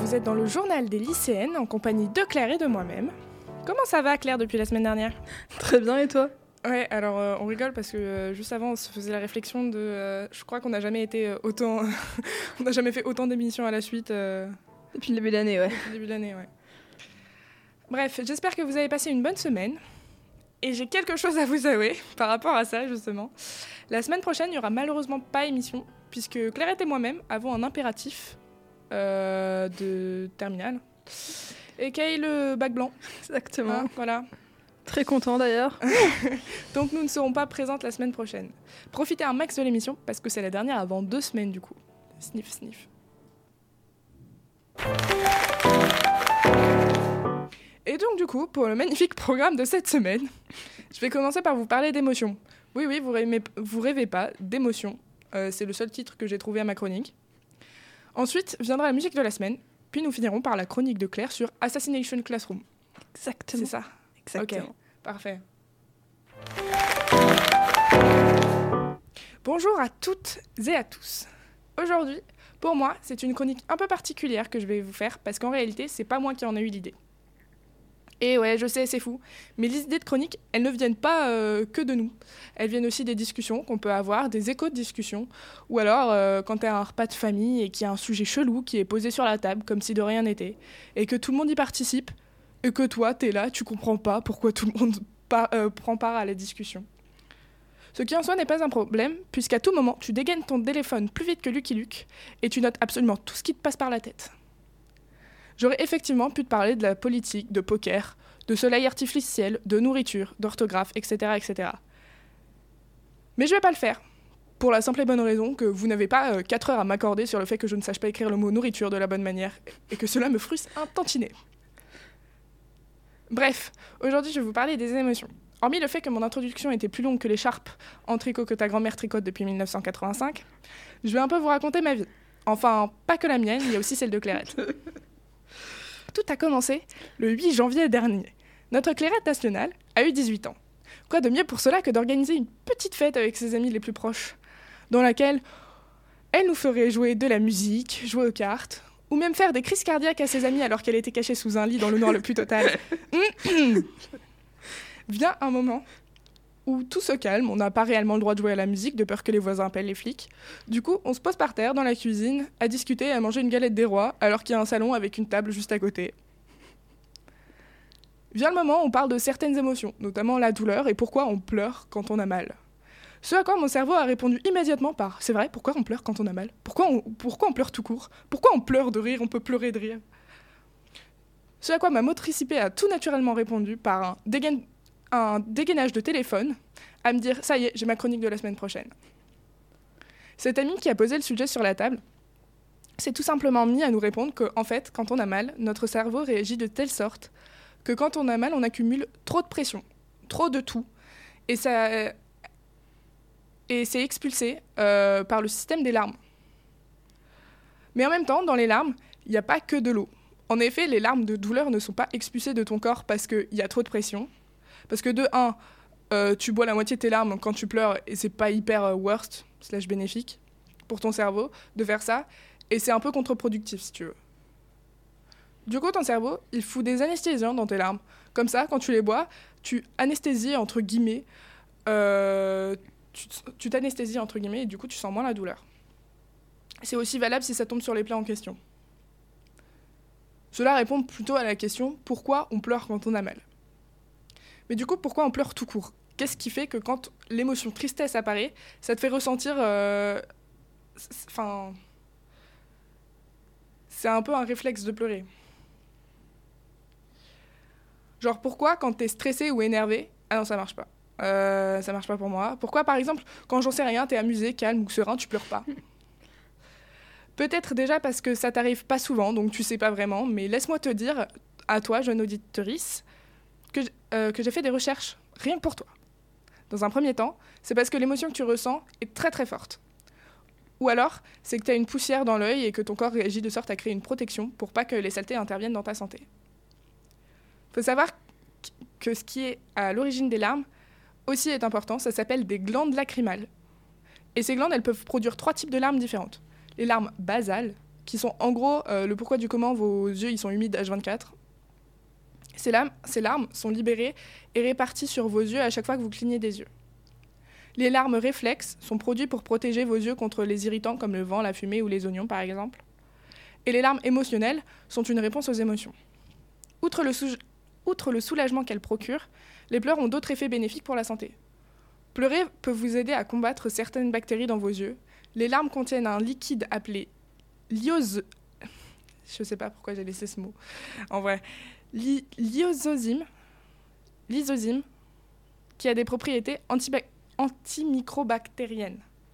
vous êtes dans le journal des lycéennes en compagnie de Claire et de moi-même. Comment ça va Claire depuis la semaine dernière ? Très bien, et toi ? Ouais, alors on rigole parce que juste avant on se faisait la réflexion de... je crois qu'on n'a jamais été autant... on n'a jamais fait autant d'émissions à la suite. Depuis le début de l'année, ouais. Depuis le début de l'année, ouais. Bref, j'espère que vous avez passé une bonne semaine. Et j'ai quelque chose à vous avouer par rapport à ça, justement. La semaine prochaine, il n'y aura malheureusement pas émission, puisque Clairette et moi-même avons un impératif de terminale. Et Kay, le bac blanc. Exactement. Hein, voilà. Très content d'ailleurs. Donc nous ne serons pas présentes la semaine prochaine. Profitez un max de l'émission, parce que c'est la dernière avant 2 semaines, du coup. Sniff, sniff. Et donc du coup, pour le magnifique programme de cette semaine, je vais commencer par vous parler d'émotions. Oui, vous rêvez pas, d'émotions. C'est le seul titre que j'ai trouvé à ma chronique. Ensuite viendra la musique de la semaine, puis nous finirons par la chronique de Claire sur Assassination Classroom. Exactement. C'est ça ? Exactement. Ok, parfait. Bonjour à toutes et à tous. Aujourd'hui, pour moi, c'est une chronique un peu particulière que je vais vous faire, parce qu'en réalité, c'est pas moi qui en ai eu l'idée. Et ouais, je sais, c'est fou. Mais les idées de chronique, elles ne viennent pas que de nous. Elles viennent aussi des discussions qu'on peut avoir, des échos de discussions. Ou alors, quand t'as un repas de famille et qu'il y a un sujet chelou qui est posé sur la table, comme si de rien n'était, et que tout le monde y participe, et que toi, t'es là, tu comprends pas pourquoi tout le monde prend part à la discussion. Ce qui en soi n'est pas un problème, puisqu'à tout moment, tu dégaines ton téléphone plus vite que Lucky Luke, et tu notes absolument tout ce qui te passe par la tête. J'aurais effectivement pu te parler de la politique, de poker, de soleil artificiel, de nourriture, d'orthographe, etc., etc. Mais je vais pas le faire, pour la simple et bonne raison que vous n'avez pas 4 heures à m'accorder sur le fait que je ne sache pas écrire le mot nourriture de la bonne manière, et que cela me frustre un tantinet. Bref, aujourd'hui je vais vous parler des émotions. Hormis le fait que mon introduction était plus longue que l'écharpe en tricot que ta grand-mère tricote depuis 1985, je vais un peu vous raconter ma vie. Enfin, pas que la mienne, il y a aussi celle de Clairette. Tout a commencé le 8 janvier dernier. Notre Clairette nationale a eu 18 ans. Quoi de mieux pour cela que d'organiser une petite fête avec ses amis les plus proches, dans laquelle elle nous ferait jouer de la musique, jouer aux cartes, ou même faire des crises cardiaques à ses amis alors qu'elle était cachée sous un lit dans le noir le plus total. Vient un moment où tout se calme, on n'a pas réellement le droit de jouer à la musique de peur que les voisins appellent les flics. Du coup, on se pose par terre dans la cuisine à discuter et à manger une galette des rois alors qu'il y a un salon avec une table juste à côté. Vient le moment où on parle de certaines émotions, notamment la douleur et pourquoi on pleure quand on a mal. Ce à quoi mon cerveau a répondu immédiatement par « C'est vrai, pourquoi on pleure quand on a mal ? Pourquoi on pleure tout court ? Pourquoi on pleure de rire ? On peut pleurer de rire ?» Ce à quoi ma motricité a tout naturellement répondu par un dégainage de téléphone, à me dire « Ça y est, j'ai ma chronique de la semaine prochaine ». Cet ami qui a posé le sujet sur la table s'est tout simplement mis à nous répondre qu'en fait, quand on a mal, notre cerveau réagit de telle sorte que quand on a mal, on accumule trop de pression, trop de tout, et c'est expulsé par le système des larmes. Mais en même temps, dans les larmes, il n'y a pas que de l'eau. En effet, les larmes de douleur ne sont pas expulsées de ton corps parce qu'il y a trop de pression. Parce que de 1, tu bois la moitié de tes larmes quand tu pleures et c'est pas hyper worst / bénéfique pour ton cerveau de faire ça. Et c'est un peu contre-productif si tu veux. Du coup, ton cerveau, il fout des anesthésiants dans tes larmes. Comme ça, quand tu les bois, tu anesthésies entre guillemets. Tu t'anesthésies entre guillemets et du coup, tu sens moins la douleur. C'est aussi valable si ça tombe sur les plats en question. Cela répond plutôt à la question « Pourquoi on pleure quand on a mal ?» Mais du coup, pourquoi on pleure tout court ? Qu'est-ce qui fait que quand l'émotion tristesse apparaît, ça te fait ressentir... c'est un peu un réflexe de pleurer. Genre, pourquoi quand t'es stressé ou énervé... Ah non, ça marche pas. Ça marche pas pour moi. Pourquoi, par exemple, quand j'en sais rien, t'es amusé, calme ou serein, tu pleures pas ? Peut-être déjà parce que ça t'arrive pas souvent, donc tu sais pas vraiment, mais laisse-moi te dire, à toi, jeune auditrice, que j'ai fait des recherches rien que pour toi. Dans un premier temps, c'est parce que l'émotion que tu ressens est très très forte. Ou alors, c'est que tu as une poussière dans l'œil et que ton corps réagit de sorte à créer une protection pour pas que les saletés interviennent dans ta santé. Il faut savoir que ce qui est à l'origine des larmes aussi est important, ça s'appelle des glandes lacrymales. Et ces glandes, elles peuvent produire 3 types de larmes différentes. Les larmes basales, qui sont en gros le pourquoi du comment vos yeux ils sont humides H24. Ces larmes sont libérées et réparties sur vos yeux à chaque fois que vous clignez des yeux. Les larmes réflexes sont produites pour protéger vos yeux contre les irritants comme le vent, la fumée ou les oignons par exemple. Et les larmes émotionnelles sont une réponse aux émotions. Outre le soulagement qu'elles procurent, les pleurs ont d'autres effets bénéfiques pour la santé. Pleurer peut vous aider à combattre certaines bactéries dans vos yeux. Les larmes contiennent un liquide appelé je sais pas pourquoi j'ai laissé ce mot. En vrai, lyosozyme, qui a des propriétés antimicrobactériennes.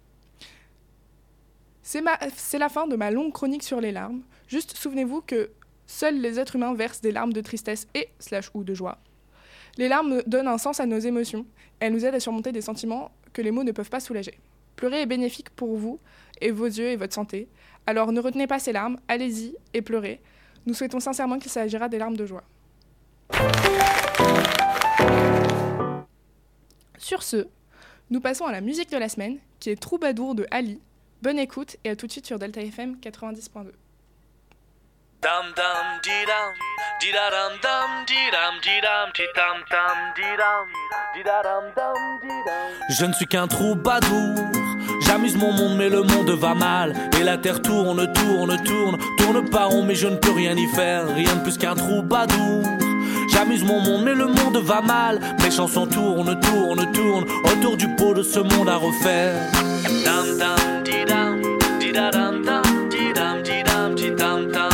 C'est la fin de ma longue chronique sur les larmes. Juste souvenez-vous que seuls les êtres humains versent des larmes de tristesse ou de joie. Les larmes donnent un sens à nos émotions. Elles nous aident à surmonter des sentiments que les mots ne peuvent pas soulager. Pleurer est bénéfique pour vous et vos yeux et votre santé. Alors ne retenez pas ces larmes, allez-y et pleurez. Nous souhaitons sincèrement qu'il s'agira des larmes de joie. Sur ce, nous passons à la musique de la semaine, qui est Troubadour de Ali. Bonne écoute et à tout de suite sur Delta FM 90.2. Dam dam di dam di da dam dam di dam di dam di dam dam di dam di dam. Je ne suis qu'un troubadour, j'amuse mon monde mais le monde va mal. Et la terre tourne pas rond mais je ne peux rien y faire. Rien de plus qu'un troubadour. J'amuse mon monde mais le monde va mal. Mes chansons tournent autour du pot de ce monde à refaire. Dam dam di dam di da dam dam di dam di dam di dam dam.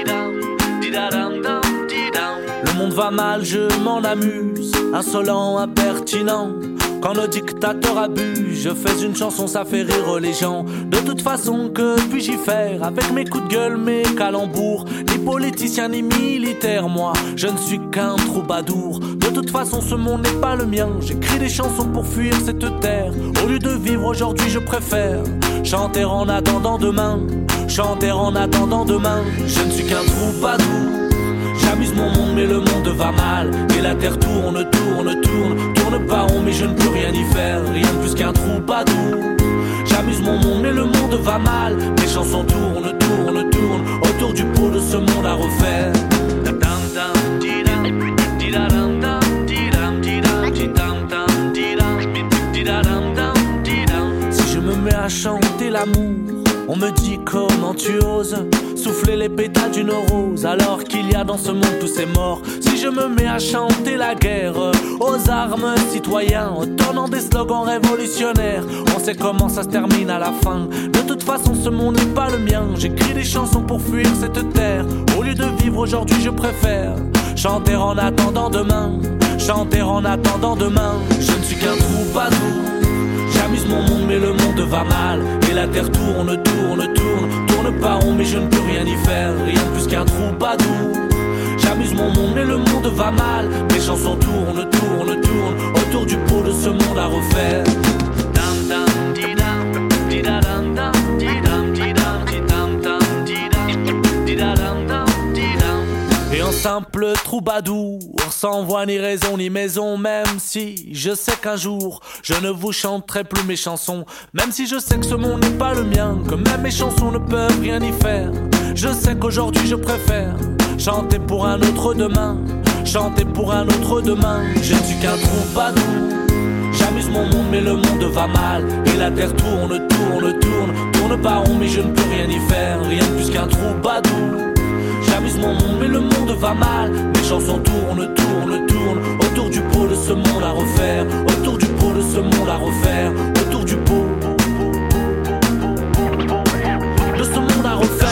Le monde va mal, je m'en amuse, insolent, impertinent. Quand nos dictateurs abusent, je fais une chanson, ça fait rire les gens. De toute façon, que puis-je y faire? Avec mes coups de gueule, mes calembours. Ni politicien, ni militaire, moi, je ne suis qu'un troubadour. De toute façon, ce monde n'est pas le mien. J'écris des chansons pour fuir cette terre. Au lieu de vivre aujourd'hui, je préfère chanter en attendant demain. Chanter en attendant demain. Je ne suis qu'un troubadour. J'amuse mon monde mais le monde va mal. Et la terre tourne pas rond mais je ne peux rien y faire. Rien de plus qu'un troubadour. J'amuse mon monde mais le monde va mal. Mes chansons tournent autour du pot de ce monde à refaire. Si je me mets à chanter l'amour, on me dit comment tu oses souffler les pétales d'une rose alors qu'il y a dans ce monde tous ces morts. Si je me mets à chanter la guerre aux armes citoyens, en donnant des slogans révolutionnaires, on sait comment ça se termine à la fin. De toute façon ce monde n'est pas le mien. J'écris des chansons pour fuir cette terre. Au lieu de vivre aujourd'hui je préfère chanter en attendant demain. Chanter en attendant demain. Je ne suis qu'un troubadour. J'amuse mon monde mais le monde va mal. Et la terre tourne pas rond mais je ne peux rien y faire. Rien de plus qu'un troubadour. J'amuse mon monde mais le monde va mal. Mes chansons tournent autour du pot de ce monde à refaire. Dam dam di dam di da dam dam di dam di dam di dam dam di dam di da dam dam di dam. Et en simple troubadour, sans voix ni raison ni maison, même si je sais qu'un jour je ne vous chanterai plus mes chansons, même si je sais que ce monde n'est pas le mien, que même mes chansons ne peuvent rien y faire. Je sais qu'aujourd'hui je préfère chanter pour un autre demain, chanter pour un autre demain. Je ne suis qu'un troubadour. J'amuse mon monde mais le monde va mal. Et la terre tourne pas rond mais je ne peux rien y faire. Rien de plus qu'un troubadour. J'amuse mon monde mais le monde va mal. Mes chansons tournent autour du pot de ce monde à refaire. Autour du pot de ce monde à refaire. Autour du pot de ce monde à refaire.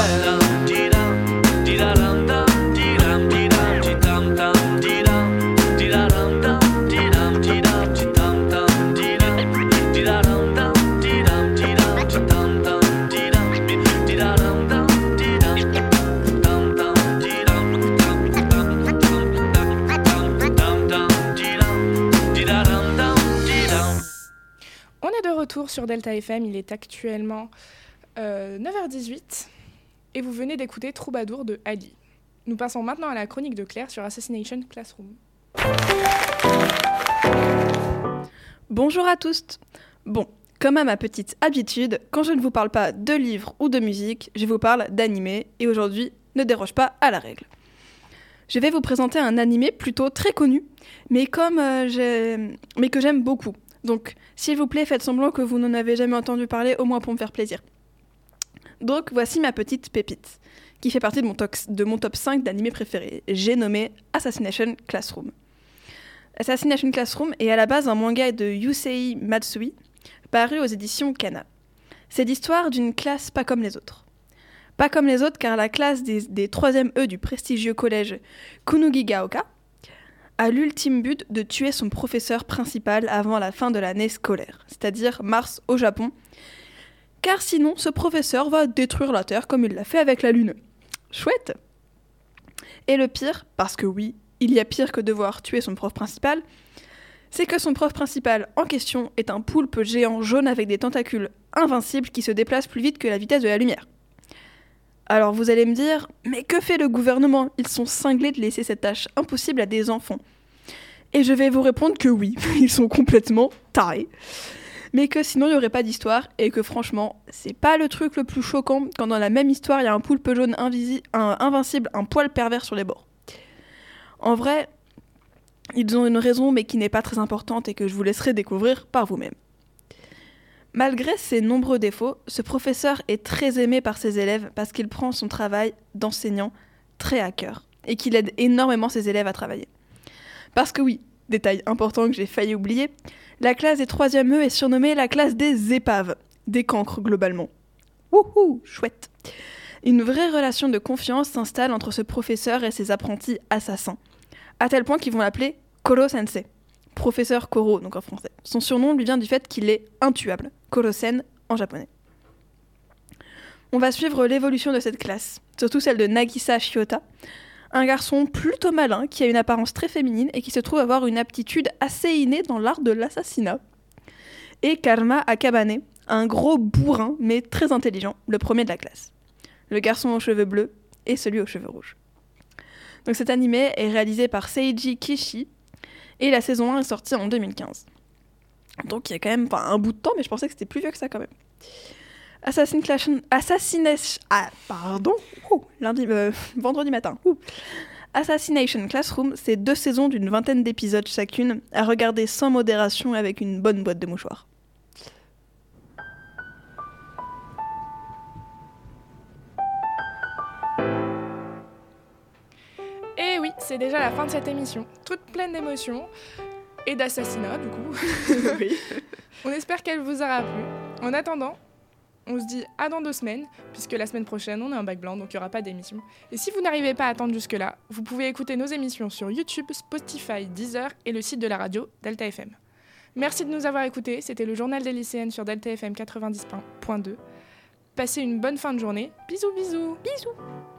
Retour sur Delta FM, il est actuellement 9h18 et vous venez d'écouter Troubadour de Ali. Nous passons maintenant à la chronique de Claire sur Assassination Classroom. Bonjour à tous. Bon, Comme à ma petite habitude, quand je ne vous parle pas de livres ou de musique, je vous parle d'animé, et aujourd'hui, ne déroge pas à la règle. Je vais vous présenter un animé plutôt très connu, mais que j'aime beaucoup. Donc, s'il vous plaît, faites semblant que vous n'en avez jamais entendu parler, au moins pour me faire plaisir. Donc, voici ma petite pépite, qui fait partie de mon top 5 d'animés préférés. J'ai nommé Assassination Classroom. Assassination Classroom est à la base un manga de Yusei Matsui, paru aux éditions Kana. C'est l'histoire d'une classe pas comme les autres. Pas comme les autres car la classe des 3e E du prestigieux collège Kunugigaoka a l'ultime but de tuer son professeur principal avant la fin de l'année scolaire, c'est-à-dire mars au Japon, car sinon ce professeur va détruire la Terre comme il l'a fait avec la Lune. Chouette! Et le pire, parce que oui, il y a pire que devoir tuer son prof principal, c'est que son prof principal en question est un poulpe géant jaune avec des tentacules invincibles qui se déplacent plus vite que la vitesse de la lumière. Alors vous allez me dire, mais que fait le gouvernement ? Ils sont cinglés de laisser cette tâche impossible à des enfants. Et je vais vous répondre que oui, ils sont complètement tarés. Mais que sinon il n'y aurait pas d'histoire, et que franchement, c'est pas le truc le plus choquant quand dans la même histoire il y a un poulpe jaune invincible, un poil pervers sur les bords. En vrai, ils ont une raison, mais qui n'est pas très importante et que je vous laisserai découvrir par vous-même. Malgré ses nombreux défauts, ce professeur est très aimé par ses élèves parce qu'il prend son travail d'enseignant très à cœur et qu'il aide énormément ses élèves à travailler. Parce que oui, détail important que j'ai failli oublier, la classe des 3e E est surnommée la classe des épaves, des cancres globalement. Wouhou, chouette. Une vraie relation de confiance s'installe entre ce professeur et ses apprentis assassins, à tel point qu'ils vont l'appeler Koro-sensei. Professeur Koro, donc en français. Son surnom lui vient du fait qu'il est intuable, Koro-sen en japonais. On va suivre l'évolution de cette classe, surtout celle de Nagisa Shiota, un garçon plutôt malin qui a une apparence très féminine et qui se trouve avoir une aptitude assez innée dans l'art de l'assassinat. Et Karma Akabane, un gros bourrin mais très intelligent, le premier de la classe. Le garçon aux cheveux bleus et celui aux cheveux rouges. Donc cet animé est réalisé par Seiji Kishi, et la saison 1 est sortie en 2015. Donc il y a quand même un bout de temps, mais je pensais que c'était plus vieux que ça quand même. Vendredi matin. Assassination Classroom, c'est 2 saisons d'une 20aine d'épisodes chacune, à regarder sans modération avec une bonne boîte de mouchoirs. Et oui, c'est déjà la fin de cette émission, toute pleine d'émotions et d'assassinats du coup. Oui. On espère qu'elle vous aura plu. En attendant, on se dit à dans 2 semaines, puisque la semaine prochaine on est en bac blanc, donc il n'y aura pas d'émission. Et si vous n'arrivez pas à attendre jusque-là, vous pouvez écouter nos émissions sur YouTube, Spotify, Deezer et le site de la radio Delta FM. Merci de nous avoir écoutés, c'était le journal des lycéennes sur Delta FM 90.2. Passez une bonne fin de journée, bisous bisous. Bisous.